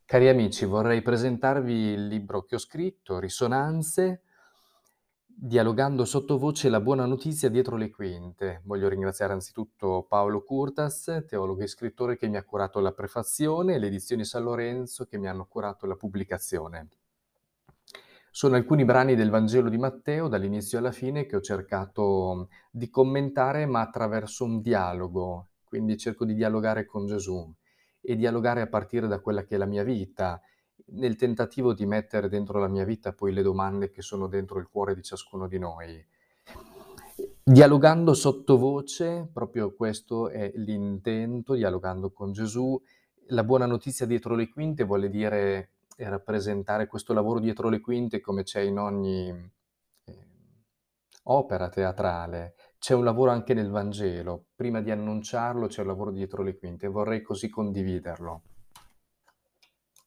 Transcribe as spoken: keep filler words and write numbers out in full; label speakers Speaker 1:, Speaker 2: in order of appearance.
Speaker 1: Cari amici, vorrei presentarvi il libro che ho scritto, Risonanze, dialogando sottovoce la buona notizia dietro le quinte. Voglio ringraziare anzitutto Paolo Curtas, teologo e scrittore, che mi ha curato la prefazione, e le edizioni San Lorenzo che mi hanno curato la pubblicazione. Sono alcuni brani del Vangelo di Matteo, dall'inizio alla fine, che ho cercato di commentare, ma attraverso un dialogo. Quindi cerco di dialogare con Gesù e dialogare a partire da quella che è la mia vita, nel tentativo di mettere dentro la mia vita poi le domande che sono dentro il cuore di ciascuno di noi. Dialogando sottovoce, proprio questo è l'intento, dialogando con Gesù. La buona notizia dietro le quinte vuole dire e rappresentare questo lavoro dietro le quinte come c'è in ogni ehm, opera teatrale. C'è un lavoro anche nel Vangelo. Prima di annunciarlo c'è un lavoro dietro le quinte e vorrei così condividerlo.